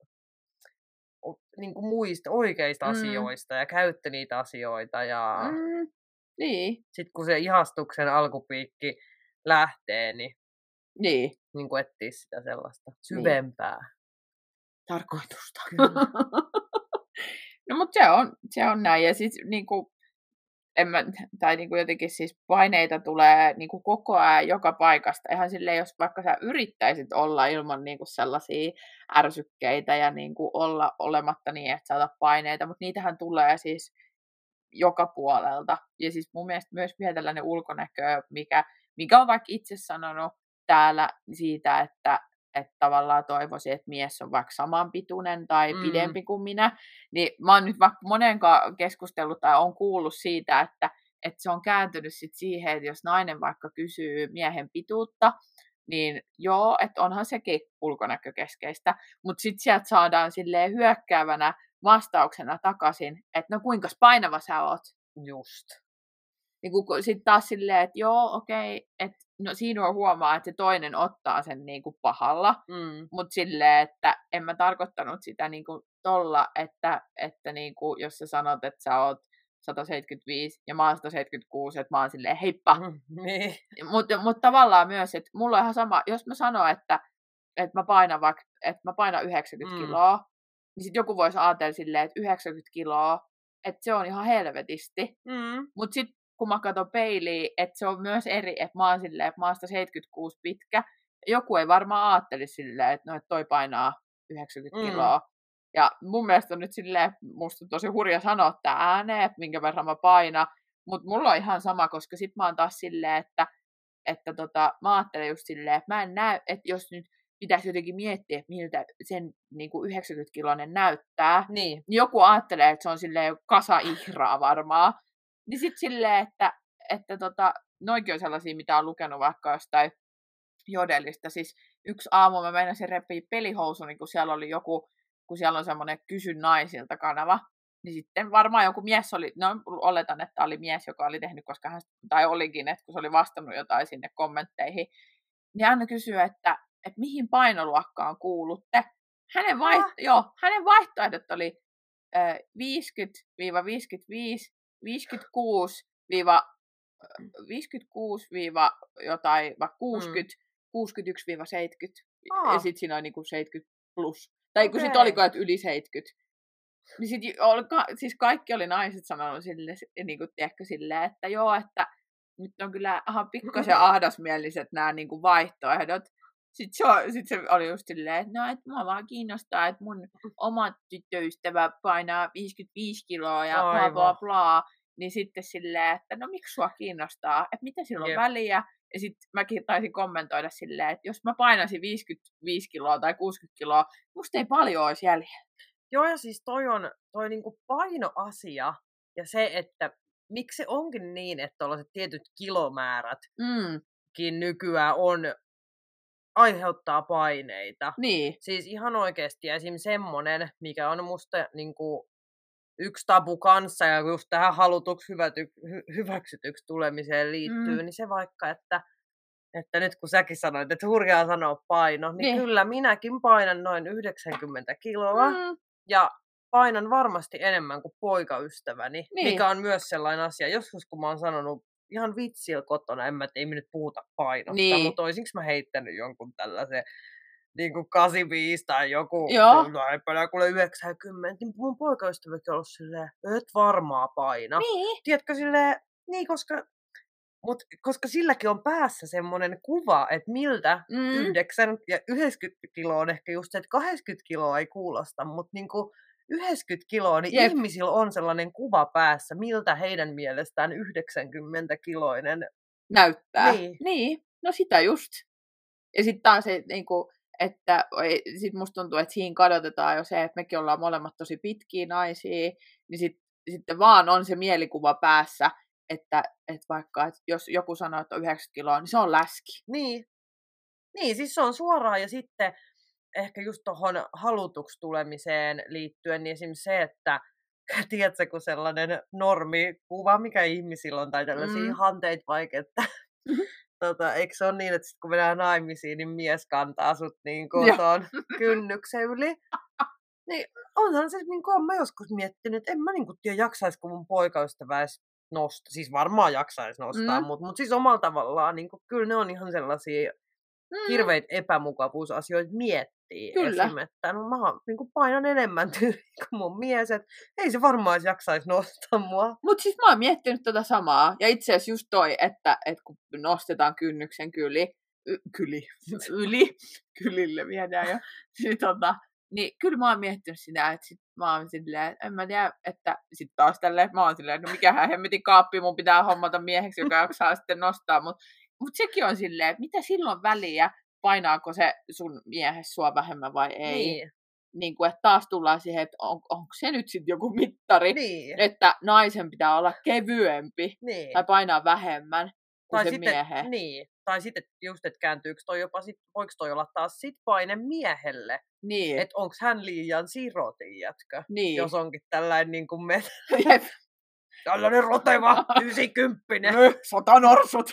o- niinku muista oikeista Mm. asioista ja käytte niitä asioita. Ja Mm. Niin. sit kun se ihastuksen alkupiikki lähtee, niin Niin. niinku etsii sitä sellaista Niin. syvempää Tarkoitusta. Kyllä. No mut se on, se on näin. Ja siis niinku, en mä, tai niinku jotenkin siis paineita tulee niinku koko ajan joka paikasta. Ihan silleen, jos vaikka sä yrittäisit olla ilman niinku sellaisia ärsykkeitä ja niinku olla olematta niin, että sä otat paineita, mutta niitähän tulee siis joka puolelta. Ja siis mun mielestä myös vielä tällainen ulkonäkö, mikä, mikä on vaikka itse sanonut täällä siitä, että että tavallaan toivoisin, että mies on vaikka samanpituinen tai Mm. pidempi kuin minä, niin mä oon nyt vaikka monen kanssa keskustellut tai on kuullut siitä, että, että se on kääntynyt sit siihen, että jos nainen vaikka kysyy miehen pituutta, niin joo, että onhan sekin ulkonäkökeskeistä, mutta sitten sieltä saadaan silleen hyökkäävänä vastauksena takaisin, että no kuinka painava sä oot. Just. Niin sitten taas silleen, että joo, okei, että no siinä on huomaa, että se toinen ottaa sen niinku pahalla, Mm. mutta silleen, että en mä tarkoittanut sitä niinku tolla, että, että niinku, jos sä sanot, että sä oot sata seitsemänkymmentäviisi ja mä oon sata seitsemänkymmentäkuusi, että mä oon silleen heippa. Niin. Mutta mut tavallaan myös, että mulla on ihan sama, jos mä sanon, että, että mä painan vaikka, että mä painan yhdeksänkymmentä Mm. kiloa, niin sit joku voisi ajatella silleen, että yhdeksänkymmentä kiloa, että se on ihan helvetisti. Mm. Mutta sitten kun mä katson peiliin, että se on myös eri, että mä oon silleen, että mä oon sata seitsemänkymmentäkuusi pitkä. Joku ei varmaan ajatteli silleen, että no, että toi painaa yhdeksänkymmentä Mm. kiloa. Ja mun mielestä on nyt silleen, musta on tosi hurja sanoa tää ääneen, että minkä verran mä painan. Mutta mulla on ihan sama, koska sit mä oon taas silleen, että, että tota, mä ajattelen just silleen, että mä en näy, että jos nyt pitäisi jotenkin miettiä, että miltä sen niin kuin yhdeksänkymmentä-kiloinen näyttää, Niin. niin joku ajattelee, että se on silleen kasa ihraa varmaan. Niin sit silleen, että, että tota, noikin on sellaisia, mitä on lukenut vaikka jostain Jodelista. Siis yksi aamu mä meinasin repiä pelihousuni, kun siellä oli joku, kun siellä on semmoinen kysy naisilta kanava. Niin sitten varmaan joku mies oli, no oletan, että oli mies, joka oli tehnyt, koska hän, tai olikin, että kun se oli vastannut jotain sinne kommentteihin, niin hän kysyy, että, että mihin painoluokkaan kuulutte. Hänen, vaiht- ah. joo, hänen vaihtoehdot oli äh, viisikymmentä viisikymmentäviisi, viisikymmentäkuusi viisikymmentäkuusi jotain, vaikka kuusikymmentä, mm. kuusikymmentäyksi seitsemänkymmentä. Ah. Ja sitten siinä on niinku seitsemänkymmentä plus. Tai okay. kun sitten oliko, että yli seitsemänkymmentä. Niin sit, siis kaikki oli naiset sanonut sille, niin kuin, tiedätkö, silleen, että joo, että nyt on kyllä ihan pikkasen ahdasmieliset nämä niin kuin vaihtoehdot. Sitten se, sit se oli just silleen, että no, että mua vaan kiinnostaa, että mun oma tyttöystävä painaa viisikymmentäviisi kiloa ja bla bla bla. Niin sitten silleen, että no miksi sua kiinnostaa, että mitä sillä on yep. väliä. Ja sitten mäkin taisin kommentoida silleen, että jos mä painaisin viisikymmentäviisi kiloa tai kuusikymmentä kiloa, musta ei paljon olisi jäljellä. Joo, ja siis toi on toi niinku painoasia ja se, että miksi se onkin niin, että tuollaiset tietyt kilomäärätkin mm. nykyään on, aiheuttaa paineita. Niin. Siis ihan oikeasti esim. Semmonen, mikä on musta niinku yksi tabu kanssa ja just tähän halutuksi hyväty, hy, hyväksytyksi tulemiseen liittyy, mm. niin se vaikka, että, että nyt kun säkin sanoit, että hurjaa sanoa paino, niin, niin kyllä minäkin painan noin yhdeksänkymmentä kiloa. Mm. Ja painan varmasti enemmän kuin poikaystäväni, niin. Mikä on myös sellainen asia. Joskus kun mä oon sanonut ihan vitsillä kotona, en mä, ei me nyt puhuta painosta, niin. Mutta olisinko mä heittänyt jonkun tällaisen niin kuin kahdeksankymmentäviisi tai joku, tai kuule yhdeksänkymmentä, niin mun poikaystäväkin on ollut silleen, et varmaa paina. Niin. Tiedätkö silleen, niin koska Mut koska silläkin on päässä semmoinen kuva, että miltä Mm. yhdeksän ja yhdeksänkymmentä kiloa on ehkä just se, että kahdeksankymmentä kiloa ei kuulosta, mutta niinku yhdeksänkymmentä kiloa, niin Jep. ihmisillä on sellainen kuva päässä, miltä heidän mielestään yhdeksänkymmentä-kiloinen. Näyttää. Niin. Niin, no sitä just. Ja sitten taas se, niinku, että sit musta tuntuu, että siinä kadotetaan jo se, että mekin ollaan molemmat tosi pitkiä naisia, niin sit, sitten vaan on se mielikuva päässä, että, että vaikka että jos joku sanoo, että on yhdeksänkymmentä kiloa, niin se on läski. Niin. Niin, siis se on suoraan ja sitten ehkä just tuohon halutuksi tulemiseen liittyen, niin esimerkiksi se, että tiedätkö, kun sellainen normikuva, mikä ihmisillä on, tai tällaisia Mm. hanteita vaikka, että tota, eikö se ole niin, että sit kun mennään naimisiin, niin mies kantaa sut niin tuon kynnyksen yli. Niin onhan se, niin kuin mä joskus miettinyt, että en mä niin kuin tiedä, jaksaisiko mun poikaystävä edes nostaa. Siis varmaan jaksaisi nostaa, Mm. mutta mut siis omalla tavallaan, niin kuin, kyllä ne on ihan sellaisia Mm. hirveitä epämukavuusasioita miettiä. Kyllä. Esim, että no, mä niin kuin painan enemmän tyyliin kuin mun mies, että ei se varmaan edes jaksaisi nostaa mua. Mut siis mä oon miettinyt tota samaa. Ja itse asiassa just toi, että, että kun nostetaan kynnyksen kyli, y, kyli, yli, kylille viedään jo, niin, tota, niin kyllä mä oon miettinyt sitä, että sit mä oon silleen, en mä tiedä, että sit taas tälleen, mä oon silleen, no mikähän hemmetin kaappi mun pitää hommata mieheksi, joka jaksaa sitten nostaa, mut, mut sekin on silleen, että mitä silloin väliä, painaako se sun miehes sua vähemmän vai ei. Niin. Niin kuin, että taas tullaan siihen, että on, onko se nyt sitten joku mittari, Niin. että naisen pitää olla kevyempi Niin. tai painaa vähemmän kuin Tai se sitten, miehen. niin. Tai sitten just, että kääntyykö toi jopa, sit, voiko toi olla taas sit paine miehelle, Niin, että onko hän liian siro, tiedätkö? niin. Jos onkin tällainen niin kuin me, Jep. tällainen roteva ysikymppinen. Sotanorsut.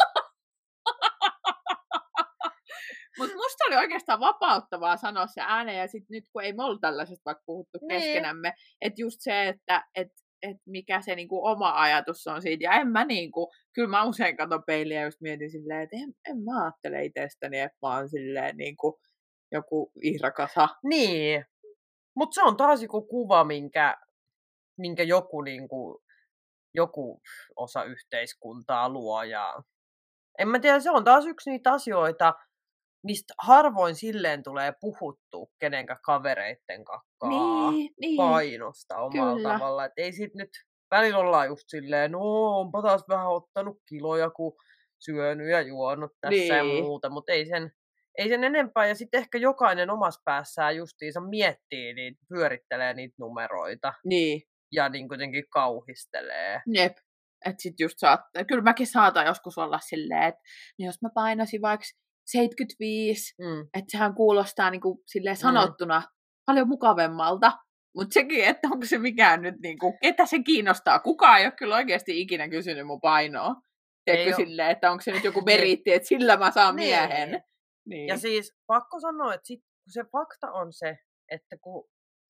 Mutta musta oli oikeastaan vapauttavaa sanoa se ääneen, ja sit nyt kun ei me ollut tällaisesta vaikka puhuttu Niin. keskenämme, että just se, että et, et mikä se niinku oma ajatus on siitä, ja en mä niinku, kyllä mä usein katon peiliä ja just mietin silleen, että en, en mä ajattele itsestäni, että mä oon silleen niinku joku ihrakasa. Niin. Mutta se on taas joku kuva, minkä, minkä joku, niin kuin, joku osa yhteiskuntaa luo. Ja en mä tiedä, se on taas yksi niitä asioita, mistä harvoin silleen tulee puhuttua kenenkään kavereitten kakkaa Niin, niin. painosta omalla Kyllä. tavalla. Et ei sit nyt, välillä ollaan just silleen, no onpa taas vähän ottanut kiloja, kun syönyt ja juonut tässä ja Niin. muuta, mutta ei sen, ei sen enempää. Ja sitten ehkä jokainen omassa päässään justiinsa miettii niitä, pyörittelee niitä numeroita Niin, ja niin kuitenkin kauhistelee. jep. Että sit just saattaa, kyllä mäkin saatan joskus olla silleen, että no jos mä painasin vaikka seitsemänkymmentäviisi, Mm. että sehän kuulostaa niinku silleen sanottuna paljon mukavemmalta. Mutta sekin, että onko se mikään nyt niinku, ketä se kiinnostaa? Kukaan ei ole kyllä oikeasti ikinä kysynyt mun painoa. Teekö oo. silleen, että onko se nyt joku meriitti, että sillä mä saan Niin. miehen. Niin. Ja siis pakko sanoa, että sit, kun se fakta on se, että kun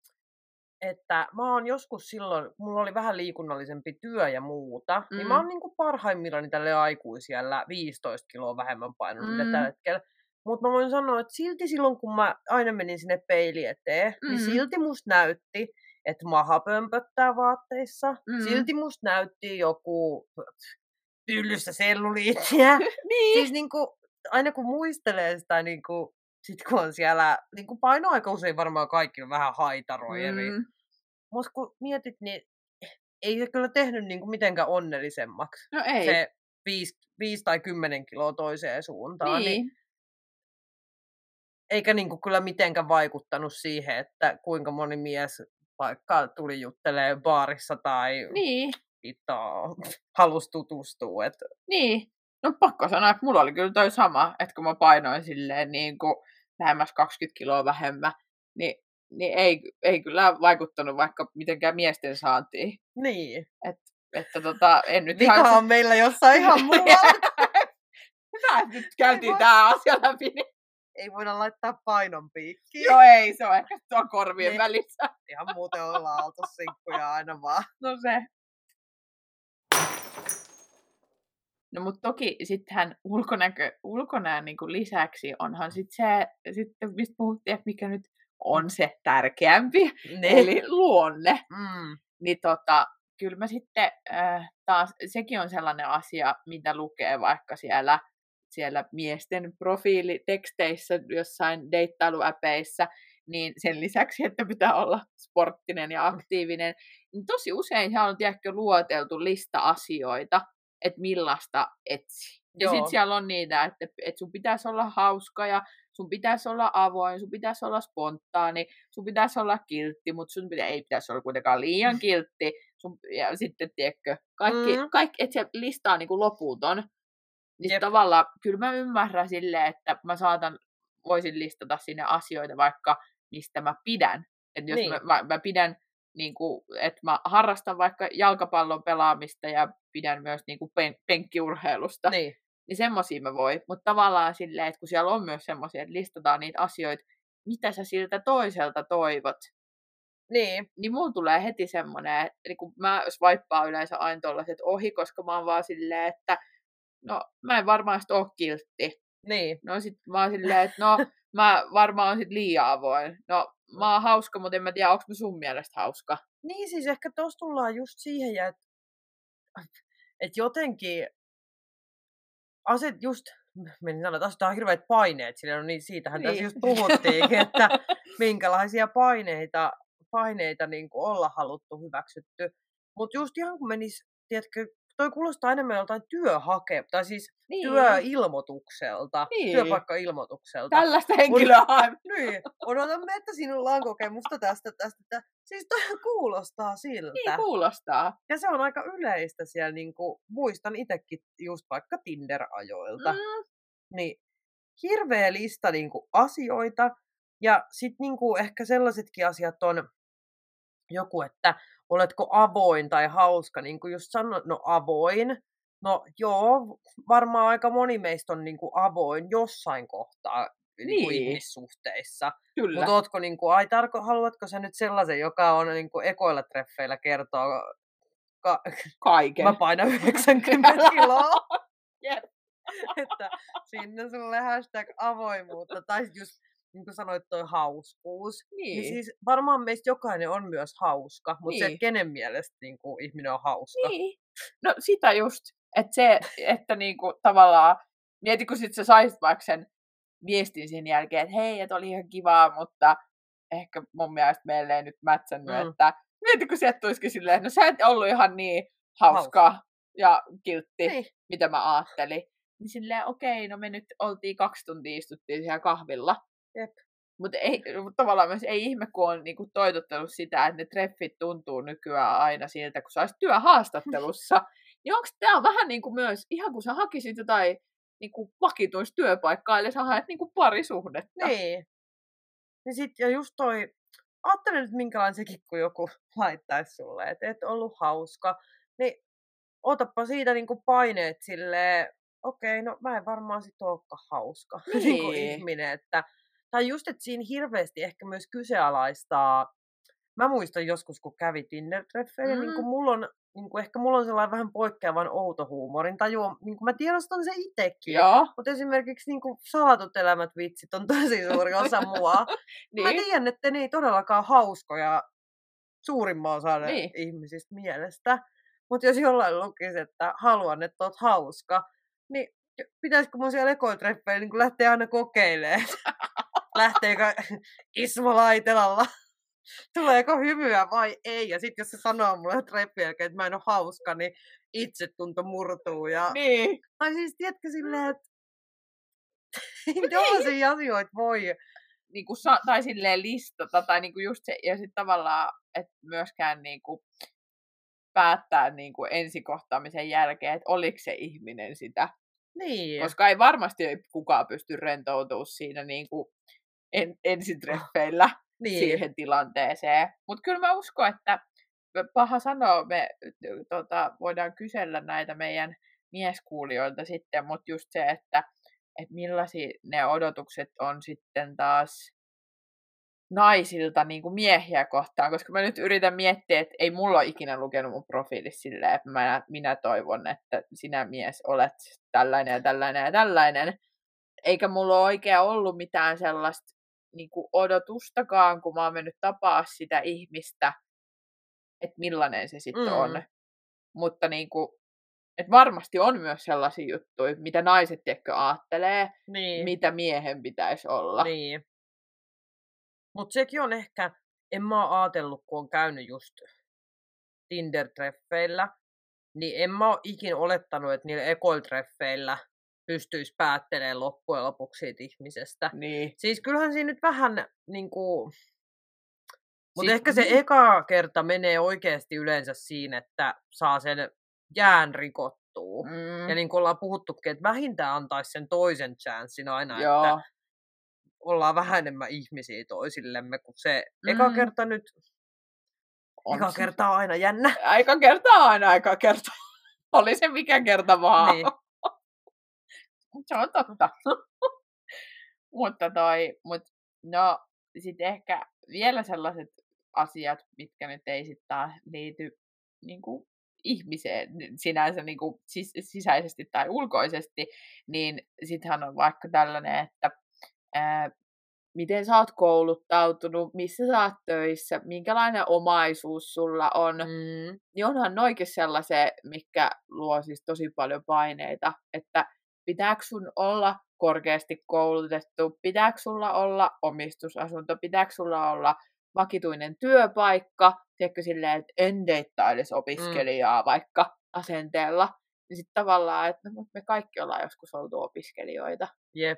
että mä oon joskus silloin, mulla oli vähän liikunnallisempi työ ja muuta, mm. niin mä oon niinku parhaimmillani tälle aikuisiällä viisitoista kiloa vähemmän painanut mm. mitä tällä hetkellä. Mutta mä voin sanoa, että silti silloin, kun mä aina menin sinne peili eteen, mm. niin silti musta näytti, että maha pömpöttää vaatteissa. Mm. Silti musta näytti joku tyllyssä selluliittiä. Niin. Siis niinku, aina kun muistelee sitä, niinku, sit kun on siellä, niinku paino aika usein varmaan kaikki on vähän haitaroi mm. eri. Mutta kun mietit, niin ei se kyllä tehnyt niinku mitenkään onnellisemmaksi. No ei. Se viisi, viisi tai kymmenen kiloa toiseen suuntaan. Niin. niin eikä niinku kyllä mitenkään vaikuttanut siihen, että kuinka moni mies vaikka tuli juttelemaan baarissa tai niin. ittaa, halusi tutustua. Et... Niin. No pakko sanoa, että mulla oli kyllä toi sama, että kun mä painoin silleen niin kuin lähemmäs kaksikymmentä kiloa vähemmän, niin, niin ei, ei kyllä vaikuttanut vaikka mitenkään miesten saantiin. Niin. Et, että tota, en nyt Vika ihan... on meillä jossain ihan muualla. Hyvä, että nyt käytiin tää asia läpi. Niin... Ei voida laittaa painon piikkiin. No ei, se on ehkä tuon korvien niin. välissä. Ihan muuten ollaan oltu sinkkuja aina vaan. No se. No mutta toki sittenhän ulkonäkö, ulkonäön niin kuin lisäksi onhan sit se, sitten mistä puhuttiin, että mikä nyt on se tärkeämpi, ne. eli luonne. Mm. Niin tota, kyllä mä sitten äh, taas, sekin on sellainen asia, mitä lukee vaikka siellä, siellä miesten profiiliteksteissä, jossain deittailuäpeissä, niin sen lisäksi, että pitää olla sporttinen ja aktiivinen, niin tosi usein siellä on tiedätkö, luoteltu lista asioita, että millaista etsi. Ja sitten siellä on niitä, että, että sun pitäisi olla hauska ja sun pitäisi olla avoin, sun pitäisi olla spontaani, sun pitäisi olla kiltti, mutta sun pitä, ei pitäisi olla kuitenkaan liian kiltti. Sun, ja sitten, tiedätkö, kaikki, mm. kaikki että se lista on niin kuin loputon. Niin tavallaan, kyllä mä ymmärrän silleen, että mä saatan, voisin listata sinne asioita vaikka, mistä mä pidän. Että jos niin. mä, mä, mä pidän, niin kuin, että mä harrastan vaikka jalkapallon pelaamista ja pidän myös niin kuin pen, penkkiurheilusta, niin, niin semmosia mä voi. Mutta tavallaan silleen, että kun siellä on myös semmosia, että listataan niitä asioita, mitä sä siltä toiselta toivot. Niin. Niin mulla tulee heti semmoinen, että kun mä swipaan yleensä aina tollaset ohi, koska mä oon vaan silleen, että no mä en varmaan sit oo kiltti. Niin. No sit mä oon silleen, että no mä varmaan oon sit liian avoin. No mä oon hauska, mutta en mä tiedä, onko mä sun mielestä hauska. Niin siis ehkä tossa tullaan just siihen, että et jotenkin aset just, menin sanoa, että tässä on hirveät paineet, sillä no niin siitähän niin. Tässä just puhuttiinkin, että minkälaisia paineita, paineita niin kuin olla haluttu hyväksytty. Mutta just ihan kun menisi, tiedätkö, toi kuulostaa enemmän joltain työhake, tai siis niin. työilmoitukselta, niin. työpaikkailmoitukselta. Tällaista henkilöä haen. Niin, odotamme, että sinulla on kokemusta tästä, tästä, tästä. Siis toi kuulostaa siltä. Niin, kuulostaa. Ja se on aika yleistä siellä, niin kuin, muistan itsekin just vaikka Tinder-ajoilta. Mm. Niin, hirveä lista niin kuin, asioita, ja sitten niin kuin, ehkä sellaisetkin asiat on joku, että oletko avoin tai hauska, niin kuin just sanoit, no avoin. No joo, varmaan aika moni meistä on niin kuin avoin jossain kohtaa niin. Niin kuin ihmissuhteissa. Kyllä. Mutta ootko niin kuin, ai tarko, haluatko sä nyt sellaisen, joka on niin kuin ekoilla treffeillä kertoo ka- kaiken. Mä painan yhdeksänkymmentä kiloa. Yes. Että sinne sulle hashtag avoimuutta. Tai just niin kuin sanoit, toi hauskuus. Niin. Niin siis varmaan meistä jokainen on myös hauska, mutta niin. Se, kenen mielestä niin kuin, ihminen on hauska. Niin. No sitä just, että se, että niin kuin, tavallaan, mieti kun sit sä saisit vaikka sen viestin sen jälkeen, että hei, että oli ihan kivaa, mutta ehkä mun mielestä meille ei nyt mätsännyt, mm. että mieti kun sieltä tulisikin silleen, no sä et ollut ihan niin hauska, hauska. Ja kiltti, niin. Mitä mä ajattelin. Niin silleen, okei, no me nyt oltiin kaksi tuntia istuttiin siellä kahvilla. Jep. Mutta mut tavallaan myös ei ihme, kun on niinku toitottanut sitä, että ne treffit tuntuu nykyään aina siltä, kun sä olisit työhaastattelussa. Niin onko tämä vähän niin kuin myös, ihan kun sä hakisit jotain niinku vakituistyöpaikkaa, eli sä haet niinku parisuhdetta. Niin. Ja sit, ja just toi, ajattelen nyt minkälainen sekin, kun joku laittaisi sulle, että et ollut hauska. Niin otappa siitä niinku paineet silleen, okei, no mä en varmaan sit olekaan hauska niin. Niin kuin ihminen, että tai just, että siinä hirveästi ehkä myös kyseenalaistaa. Mä muistan joskus, kun kävi Tinder-treffeillä, mm. niin kuin mulla on, niin kuin ehkä mulla on sellainen vähän poikkeavan outo huumorin taju, niin kuin mä tiedostan se itsekin. Mutta esimerkiksi niin kuin salatut elämät vitsit on tosi suuri osa mua. Niin. Mä tiedän, että ne ei todellakaan hauskoja suurimman osan niin. Ihmisistä mielestä. Mutta jos jollain lukisi, että haluan, että oot hauska, niin pitäisikö mun siellä ekoiltreffeillä niin lähteä aina kokeilemaan? Lähteekö Ismo Laitelalla? Tuleeko hymyä vai ei? Ja sitten jos se sanoo mulle treffin jälkeen, että mä en ole hauska, niin itsetunto murtuu. Ja... Niin. Tai siis tiedätkö silleen, että tällaisia asioita voi... Niin kuin sa- tai silleen listata, tai niinku just se, ja sitten tavallaan, että myöskään niinku päättää niinku ensikohtaamisen jälkeen, että oliko se ihminen sitä. Niin. Koska ei varmasti kukaan pysty rentoutumaan siinä niinku en, ensitreffeillä niin. Siihen tilanteeseen. Mutta kyllä mä uskon, että paha sanoa, me tota, voidaan kysellä näitä meidän mieskuulijoilta sitten, mutta just se, että et millaisia ne odotukset on sitten taas naisilta niin kuin miehiä kohtaan, koska mä nyt yritän miettiä, että ei mulla ole ikinä lukenut mun profiilissa silleen, että mä, minä toivon, että sinä mies olet tällainen ja tällainen ja tällainen. Eikä mulla ole oikein ollut mitään sellaista niin kuin odotustakaan, kun mä oon mennyt tapaa sitä ihmistä, että millainen se sitten Mm. on. Mutta niinku, et varmasti on myös sellaisia juttuja, mitä naiset tiedätkö aattelee, Niin, mitä miehen pitäisi olla. niin. Mut sekin on ehkä, en mä oo ajatellut, kun on käynyt just Tinder-treffeillä, niin en mä oo ikin olettanut, että niillä ekoil-treffeillä pystyisi päättelemään loppujen lopuksi siitä ihmisestä. Niin. Siis kyllähän siinä nyt vähän niinku... Mutta Sit- ehkä se niin. eka kerta menee oikeasti yleensä siinä, että saa sen jään rikottua. Mm, Ja niin kuin ollaan puhuttukin, että vähintään antaisi sen toisen chanssin aina, joo. että ollaan vähän enemmän ihmisiä toisillemme, kun se eka Mm. kerta nyt, On eka se. kerta on aina jännä. Aika kerta aina aika kerta. Oli se mikä kerta vaan. Niin. Mut se on totta. Mutta toi, mut no sit ehkä vielä sellaiset asiat, mitkä nyt ei sit taas liity niinku ihmiseen sinänsä niinku sis- sisäisesti tai ulkoisesti, niin sittenhän on vaikka tällainen, että ää, miten sä oot kouluttautunut, missä sä oot töissä, minkälainen omaisuus sulla on, Mm. niin onhan noikin sellaisia, mikä luo siis tosi paljon paineita, että pitääkö sun olla korkeasti koulutettu, pitääkö sulla olla omistusasunto, pitääkö sulla olla vakituinen työpaikka, tiedätkö silleen, että en deittailisi opiskelijaa mm. vaikka asenteella, niin sitten tavallaan, että no, me kaikki ollaan joskus oltu opiskelijoita. Jep.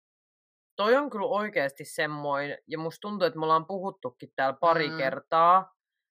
Toi on kyllä oikeasti semmoinen, ja musta tuntuu, että me ollaan puhuttukin täällä pari Mm. kertaa,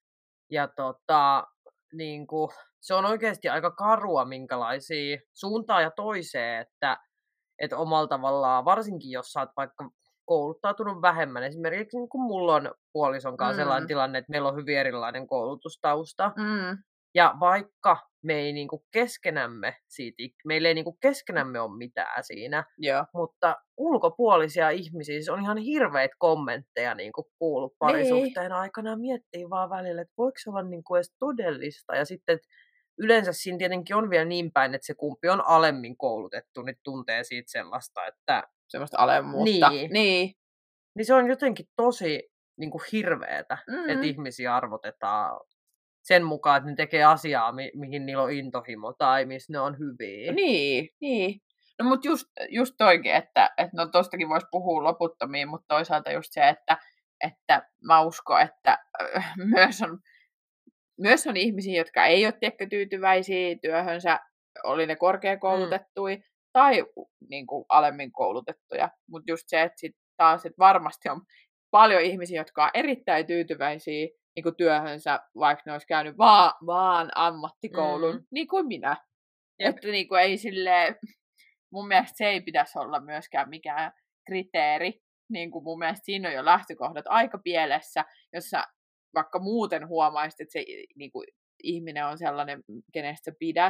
ja tota, niin kuin, se on oikeasti aika karua, minkälaisia suuntaan ja toiseen, että, että omalla tavallaan, varsinkin jos sä oot vaikka kouluttautunut vähemmän, esimerkiksi niin kuin mulla on puolison kanssa Mm. sellainen tilanne, että meillä on hyvin erilainen koulutustausta, Mm. ja vaikka me ei niin kuin keskenämme siitä, meillä ei niin kuin keskenämme ole mitään siinä, Joo. mutta ulkopuolisia ihmisiä, siis on ihan hirveitä kommentteja niin kuin kuullut parisuhteen aikana, ja miettii vaan välillä, että voiko se olla niin kuin edes todellista, ja sitten että yleensä siinä tietenkin on vielä niin päin, että se kumpi on alemmin koulutettu, niin tuntee siitä sellaista, että Semmoista alemmuutta. Niin. Niin. niin se on jotenkin tosi niin kuin hirveetä, Mm. että ihmisiä arvotetaan sen mukaan, että ne tekee asiaa, mi- mihin niillä on intohimo tai missä ne on hyviä. Niin, niin. No mut just, just toikin, että, että no tostakin voisi puhua loputtomiin, mutta toisaalta just se, että, että mä uskon, että äh, myös, on, myös on ihmisiä, jotka ei ole tiedätkö, tyytyväisiä työhönsä, oli ne korkeakoulutettuja mm. tai niin kuin, alemmin koulutettuja. Mutta just se, että sit taas että varmasti on paljon ihmisiä, jotka on erittäin tyytyväisiä niin kuin työhönsä, vaikka ne olisi käynyt vaan, vaan ammattikoulun, Mm. niin kuin minä. Jep. Että niin kuin ei silleen, mun mielestä se ei pitäisi olla myöskään mikään kriteeri. Niin kuin mun mielestä siinä on jo lähtökohdat aika pielessä, jossa vaikka muuten huomaisit, että se niin kuin, ihminen on sellainen, kenestä sä pidät,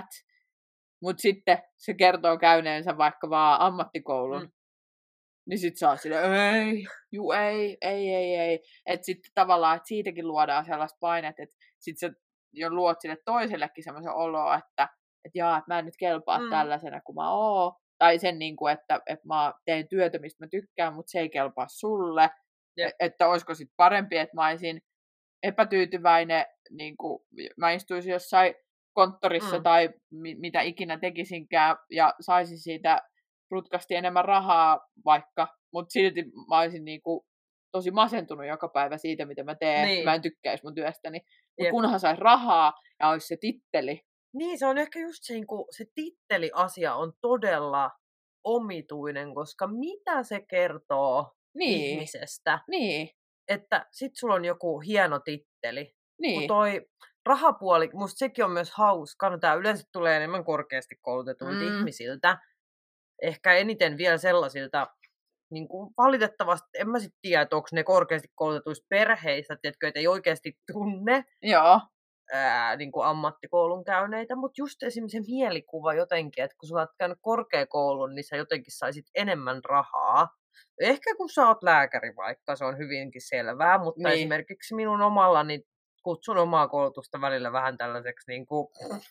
mutta sitten se kertoo käyneensä vaikka vaan ammattikoulun, mm. niin sit saa silleen, ei, juu, ei, ei, ei, ei. Että sitten tavallaan, että siitäkin luodaan sellaista painetta, että sit sä jo luot sille toisellekin semmoisen oloa, että et jaa, että mä en nyt kelpaa mm. tällaisena kuin mä oon. Tai sen, niin kuin, että, että mä teen työtä, mistä mä tykkään, mutta se ei kelpaa sulle. Yep. Että olisiko sitten parempi, että mä olisin epätyytyväinen, niin kuin mä istuisin jossain konttorissa mm. tai mi- mitä ikinä tekisinkään ja saisin siitä rutkasti enemmän rahaa vaikka, mutta silti mä olisin niin kuin tosi masentunut joka päivä siitä, mitä mä teen. Niin. Mä en tykkäisi mun työstäni. Mutta kunhan sais rahaa ja olisi se titteli. Niin, se on ehkä just se, se titteli-asia on todella omituinen, koska mitä se kertoo niin. ihmisestä? Niin. Että sit sulla on joku hieno titteli. Niin. Kun toi rahapuoli, musta sekin on myös hauska. No tää yleensä tulee enemmän korkeasti koulutetuilta mm. ihmisiltä. Ehkä eniten vielä sellaisilta, niin kuin valitettavasti, en mä sit tiedä, että onko ne korkeasti koulutetuista perheistä, tiedätkö, että ei oikeasti tunne. Joo. Ää, niin kuin ammattikoulun käyneitä, mutta just esimerkiksi se mielikuva jotenkin, että kun sä oot käynyt korkeakoulun, niin sä jotenkin saisit enemmän rahaa. Ehkä kun sä oot lääkäri vaikka, se on hyvinkin selvää, mutta niin. Esimerkiksi minun omalla, niin kutsun omaa koulutusta välillä vähän tällaiseksi niin kuin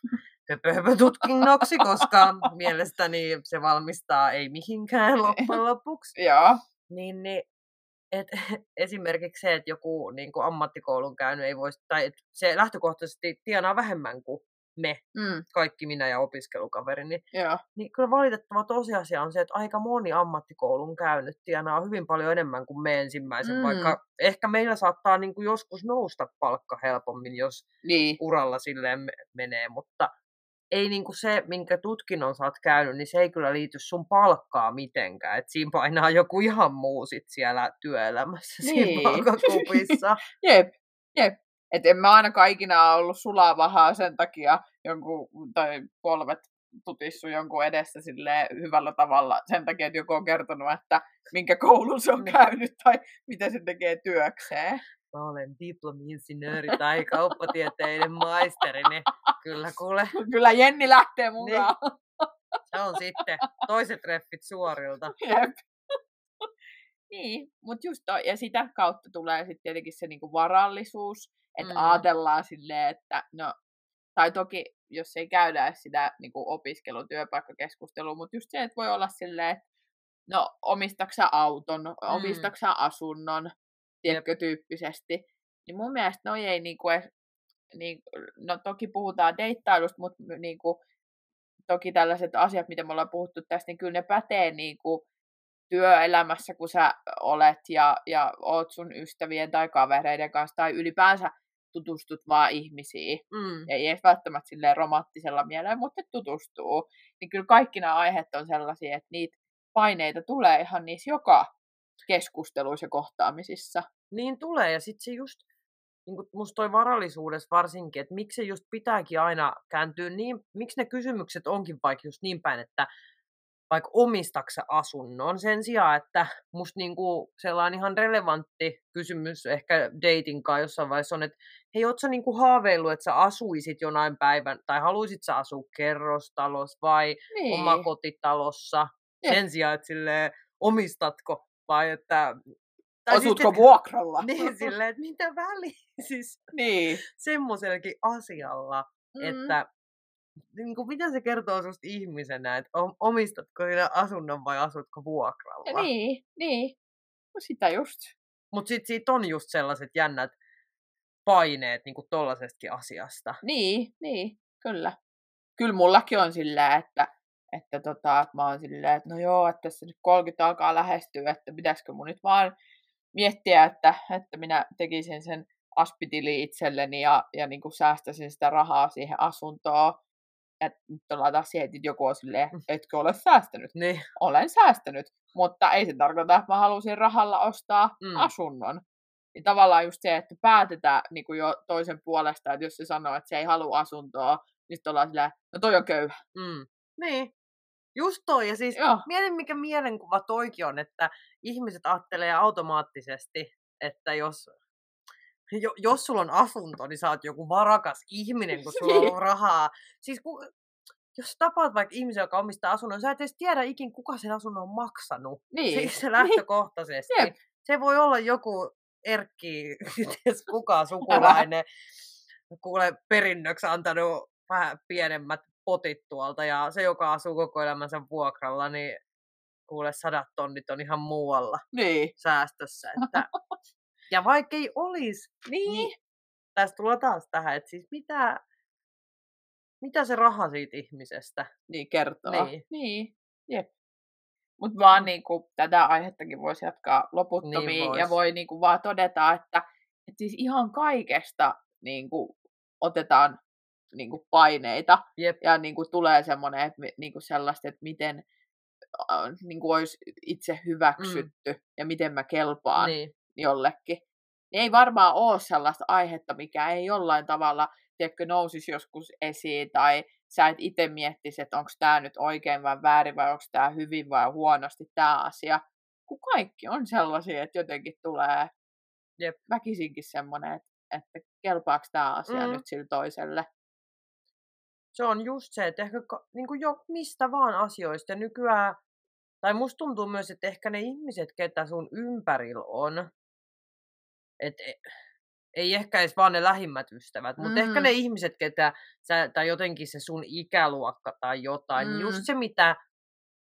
höpö-höpö-tutkinnoksi, koska mielestäni se valmistaa ei mihinkään loppujen lopuksi. Joo. Niin, niin Et esimerkiksi se, että joku niin kuin ammattikoulun käynyt ei voisi, tai että se lähtökohtaisesti tienaa vähemmän kuin me, Mm. kaikki minä ja opiskelukaveri, niin, Joo. niin kyllä valitettava tosiasia on se, että aika moni ammattikoulun käynyt tienaa hyvin paljon enemmän kuin me ensimmäisen, Mm. vaikka ehkä meillä saattaa niin kuin joskus nousta palkka helpommin, jos Niin. uralla silleen me- menee, mutta ei niinku se, minkä tutkinnon sä oot käynyt, niin se ei kyllä liity sun palkkaa mitenkään. Et siinä painaa joku ihan muu sit siellä työelämässä siinä Niin. palkkakupissa. Jep, jep. Et en mä ainakaan ikinä ollut sulavahaa sen takia jonkun, tai polvet tutissu jonkun edessä silleen hyvällä tavalla sen takia, että joku on kertonut, että minkä koulun se on Niin. käynyt tai mitä se tekee työkseen. Mä olen diplomi-insinööri tai kauppatieteiden maisteri, niin kyllä kuule, Kyllä Jenni lähtee mukaan. se on sitten toiset treffit suorilta. Jep. Niin, mutta just toi, ja sitä kautta tulee sitten tietenkin se niinku varallisuus, että Mm. ajatellaan silleen, että no, tai toki jos ei käydä edes sitä niinku opiskelu- työpaikkakeskustelua, mutta just se, että voi olla silleen, että no omistaksä auton, Mm. omistaksä asunnon, tiedätkö, tyyppisesti, niin mun mielestä noi ei niinku edes, niin, no toki puhutaan deittailusta, mutta niinku, toki tällaiset asiat, mitä me ollaan puhuttu tästä, niin kyllä ne pätee niinku työelämässä, kun sä olet ja, ja oot sun ystävien tai kavereiden kanssa tai ylipäänsä tutustut vaan ihmisiin. Mm. Ei edes välttämättä silleen romanttisella mielellä, mutta tutustuu. Niin kyllä kaikki nämä aiheet on sellaisia, että niitä paineita tulee ihan niissä joka keskusteluissa ja kohtaamisissa. Niin tulee, ja sitten se just, niin kuin musta toi varallisuudessa varsinkin, että miksi se just pitääkin aina kääntyä niin, miksi ne kysymykset onkin vaikka just niin päin, että vaikka omistaksa asunnon sen sijaan, että musta niinku sellainen ihan relevantti kysymys ehkä dating kanssa jossain vaiheessa on, että hei, ootko sä niinku haaveillut, että sä asuisit jonain päivän, tai haluisit sä asua kerrostalossa vai Niin. omakotitalossa, Jep. sen sijaan, että silleen, omistatko, vai että... tai Asutko siis, vuokralla? Niin, silleen, että mitä väliä, siis Niin. semmoisellakin asialla, Mm. että niin kuin, mitä se kertoo susta ihmisenä, että omistatko sinä asunnon vai asutko vuokralla? Niin, niin. No sitä just. Mutta sitten siitä on just sellaiset jännät paineet niin kuin tollaisestakin asiasta. Niin, niin, kyllä. Kyllä mullakin on silleen, että, että, tota, että mä oon silleen, että no joo, että tässä nyt kolmekymmentä alkaa lähestyä, että pitäisikö mun nyt vaan miettiä, että, että minä tekisin sen aspitili itselleni ja, ja niin kuin säästäisin sitä rahaa siihen asuntoon. Että nyt ollaan taas siihen, että joku on silleen, etkö ole säästänyt? Niin. Olen säästänyt, mutta ei se tarkoita, että mä halusin rahalla ostaa Mm. asunnon. Niin tavallaan just se, että päätetään niin kuin jo toisen puolesta, että jos se sanoo, että se ei halua asuntoa, niin sitten ollaan silleen, no toi on köyhä. Mm. Niin. Just toi. Ja siis Joo. mieti, mikä mielenkuva toikin on, että ihmiset ajattelee automaattisesti, että jos... Jo, jos sulla on asunto, niin sä oot joku varakas ihminen, kun sulla on ollut rahaa. Siis kun, jos tapaat vaikka ihmisen, joka omistaa asunnon, sä et edes tiedä ikin, kuka sen asunnon on maksanut. Niin. Siis se lähtökohtaisesti. Jep. Se voi olla joku Erkki, ties kuka sukulainen, kuule perinnöksi antanut vähän pienemmät potit tuolta, ja se, joka asuu koko elämänsä vuokralla, niin kuule sadat tonnit on ihan muualla Niin. säästössä. Että... Ja vaikka ei olisi, Niin. niin tästä tullaan taas tähän, että siis mitä, mitä se raha siitä ihmisestä? Niin kertoo. Niin. Niin. Jep. Mutta vaan mm. niinku, tätä aihettakin voisi jatkaa loputtomiin niin vois. ja voi niinku, vaan todeta, että, että siis ihan kaikesta niinku, otetaan niinku, paineita. Jep. Ja niinku, tulee semmoinen että, niinku, sellaista, että miten äh, niinku, olisi itse hyväksytty mm. ja miten mä kelpaan niin. jollekin. Niin ei varmaan ole sellaista aihetta, mikä ei jollain tavalla tiedätkö, nousisi joskus esiin, tai sä et itse miettisi, että onko tämä nyt oikein vai väärin, vai onko tämä hyvin vai huonosti tämä asia. Kun kaikki on sellaisia, että jotenkin tulee Jep. väkisinkin semmoinen, että, että kelpaako tämä asia mm. nyt sille toiselle. Se on just se, että ehkä niin kuin jo mistä vaan asioista. Ja nykyään, tai musta tuntuu myös, että ehkä ne ihmiset, ketä sun ympärillä on, että ei ehkä edes vaan ne lähimmät ystävät, mutta mm. ehkä ne ihmiset, ketä sä, tai jotenkin se sun ikäluokka tai jotain, mm. niin just se, mitä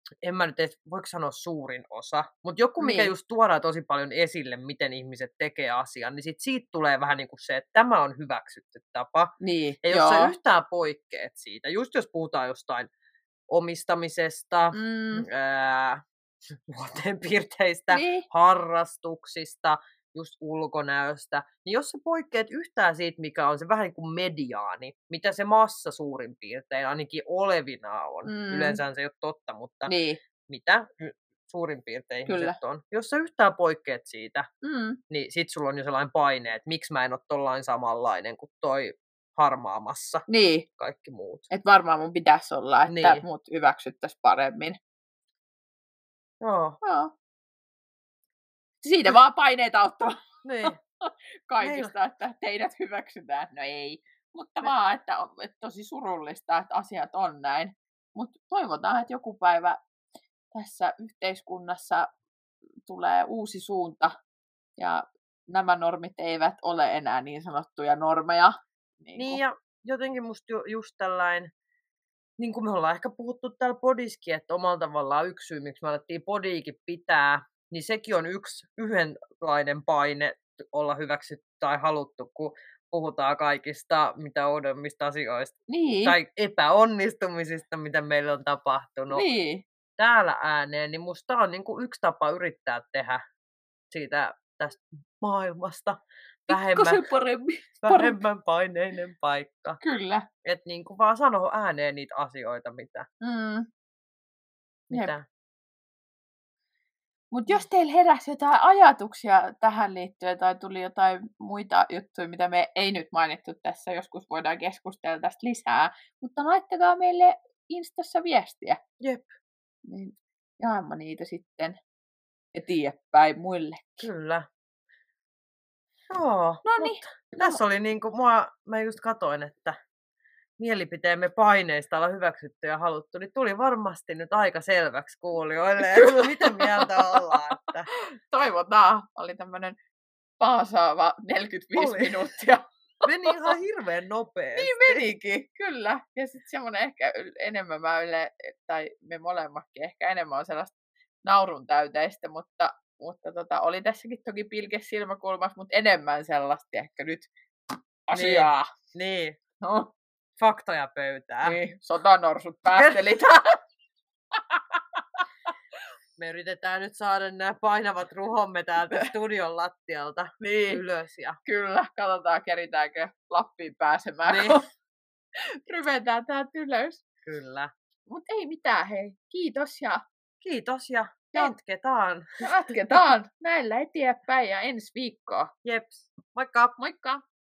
en mä nyt edes, voiko sanoa suurin osa, mutta joku, mikä Niin. just tuodaan tosi paljon esille, miten ihmiset tekee asian, niin sit siitä tulee vähän niin kuin se, että tämä on hyväksytty tapa. Niin, ja jos joo. sä yhtään poikkeet siitä, just jos puhutaan jostain omistamisesta, Mm. ää, luonteenpiirteistä, Niin. harrastuksista, just ulkonäöstä, niin jos sä poikkeat yhtään siitä, mikä on se vähän niin kuin mediaani, mitä se massa suurin piirtein ainakin olevina on. Mm. Yleensä se ei ole totta, mutta Niin. mitä suurin piirtein Kyllä. ihmiset on. Jos sä yhtään poikkeat siitä, Mm. niin sit sulla on jo sellainen paine, että miksi mä en ole tollain samanlainen kuin toi harmaamassa Niin. kaikki muut. Että varmaan mun pitäisi olla, että Niin. mut hyväksyttäisiin paremmin. Joo. Joo. Siitä vaan paineita ottaa Niin. kaikista, että teidät hyväksytään. No ei. Mutta Me- vaan, että on että tosi surullista, että asiat on näin. Mutta toivotaan, että joku päivä tässä yhteiskunnassa tulee uusi suunta ja nämä normit eivät ole enää niin sanottuja normeja. Niin, Niin kuin- ja jotenkin musta ju, just tällainen, niin kuin me ollaan ehkä puhuttu täällä podiskin, että omalla tavallaan yksi syy, miksi me alettiin podiikin pitää, niin sekin on yksi yhdenlainen paine olla hyväksytty tai haluttu, kun puhutaan kaikista mitä oudommista asioista Niin, tai epäonnistumisista, mitä meillä on tapahtunut niin, täällä ääneen, niin musta on niin kuin yksi tapa yrittää tehdä siitä tästä maailmasta vähemmän, pikkasen paremmin. paremmin. vähemmän paineinen paikka. Kyllä. Että niin kuin vaan sanoo ääneen niitä asioita, mitä, Mm. mitä. Mutta jos teillä heräsi jotain ajatuksia tähän liittyen tai tuli jotain muita juttuja, mitä me ei nyt mainittu tässä, joskus voidaan keskustella tästä lisää, mutta laittakaa meille Instassa viestiä. Jep, Niin jaamme niitä sitten eteenpäin muille. kyllä. Joo, No niin. mutta tässä oli niinku, mua, mä just katoin, että mielipiteemme paineista olla hyväksytty ja haluttu, niin tuli varmasti nyt aika selväksi kuulijoille, että mitä mieltä ollaan. Että Toivotaan. Oli tämmöinen paasaava neljäkymmentäviisi Oli. minuuttia. meni ihan hirveän nopeasti. Niin menikin, kyllä. Ja sitten semmoinen ehkä yl- enemmän mä yle, tai me molemmatkin ehkä enemmän on sellaista naurun täyteistä, mutta, mutta tota, oli tässäkin toki pilke silmäkulmassa, mutta enemmän sellaista ehkä nyt asiaa. Niin, No, faktoja pöytään. niin, sotanorsut päästelit. Me yritetään nyt saada nämä painavat ruhomme täältä studion lattialta niin, ylös. Ja kyllä. Katsotaan, keritäänkö Lappiin pääsemään, Niin. kun ryvetään täältä ylös. kyllä. Mutta ei mitään, hei. Kiitos ja Kiitos ja Joo. jatketaan. jatketaan näillä eteenpäin ja ensi viikkoa. Jeps. Moikka! Moikka!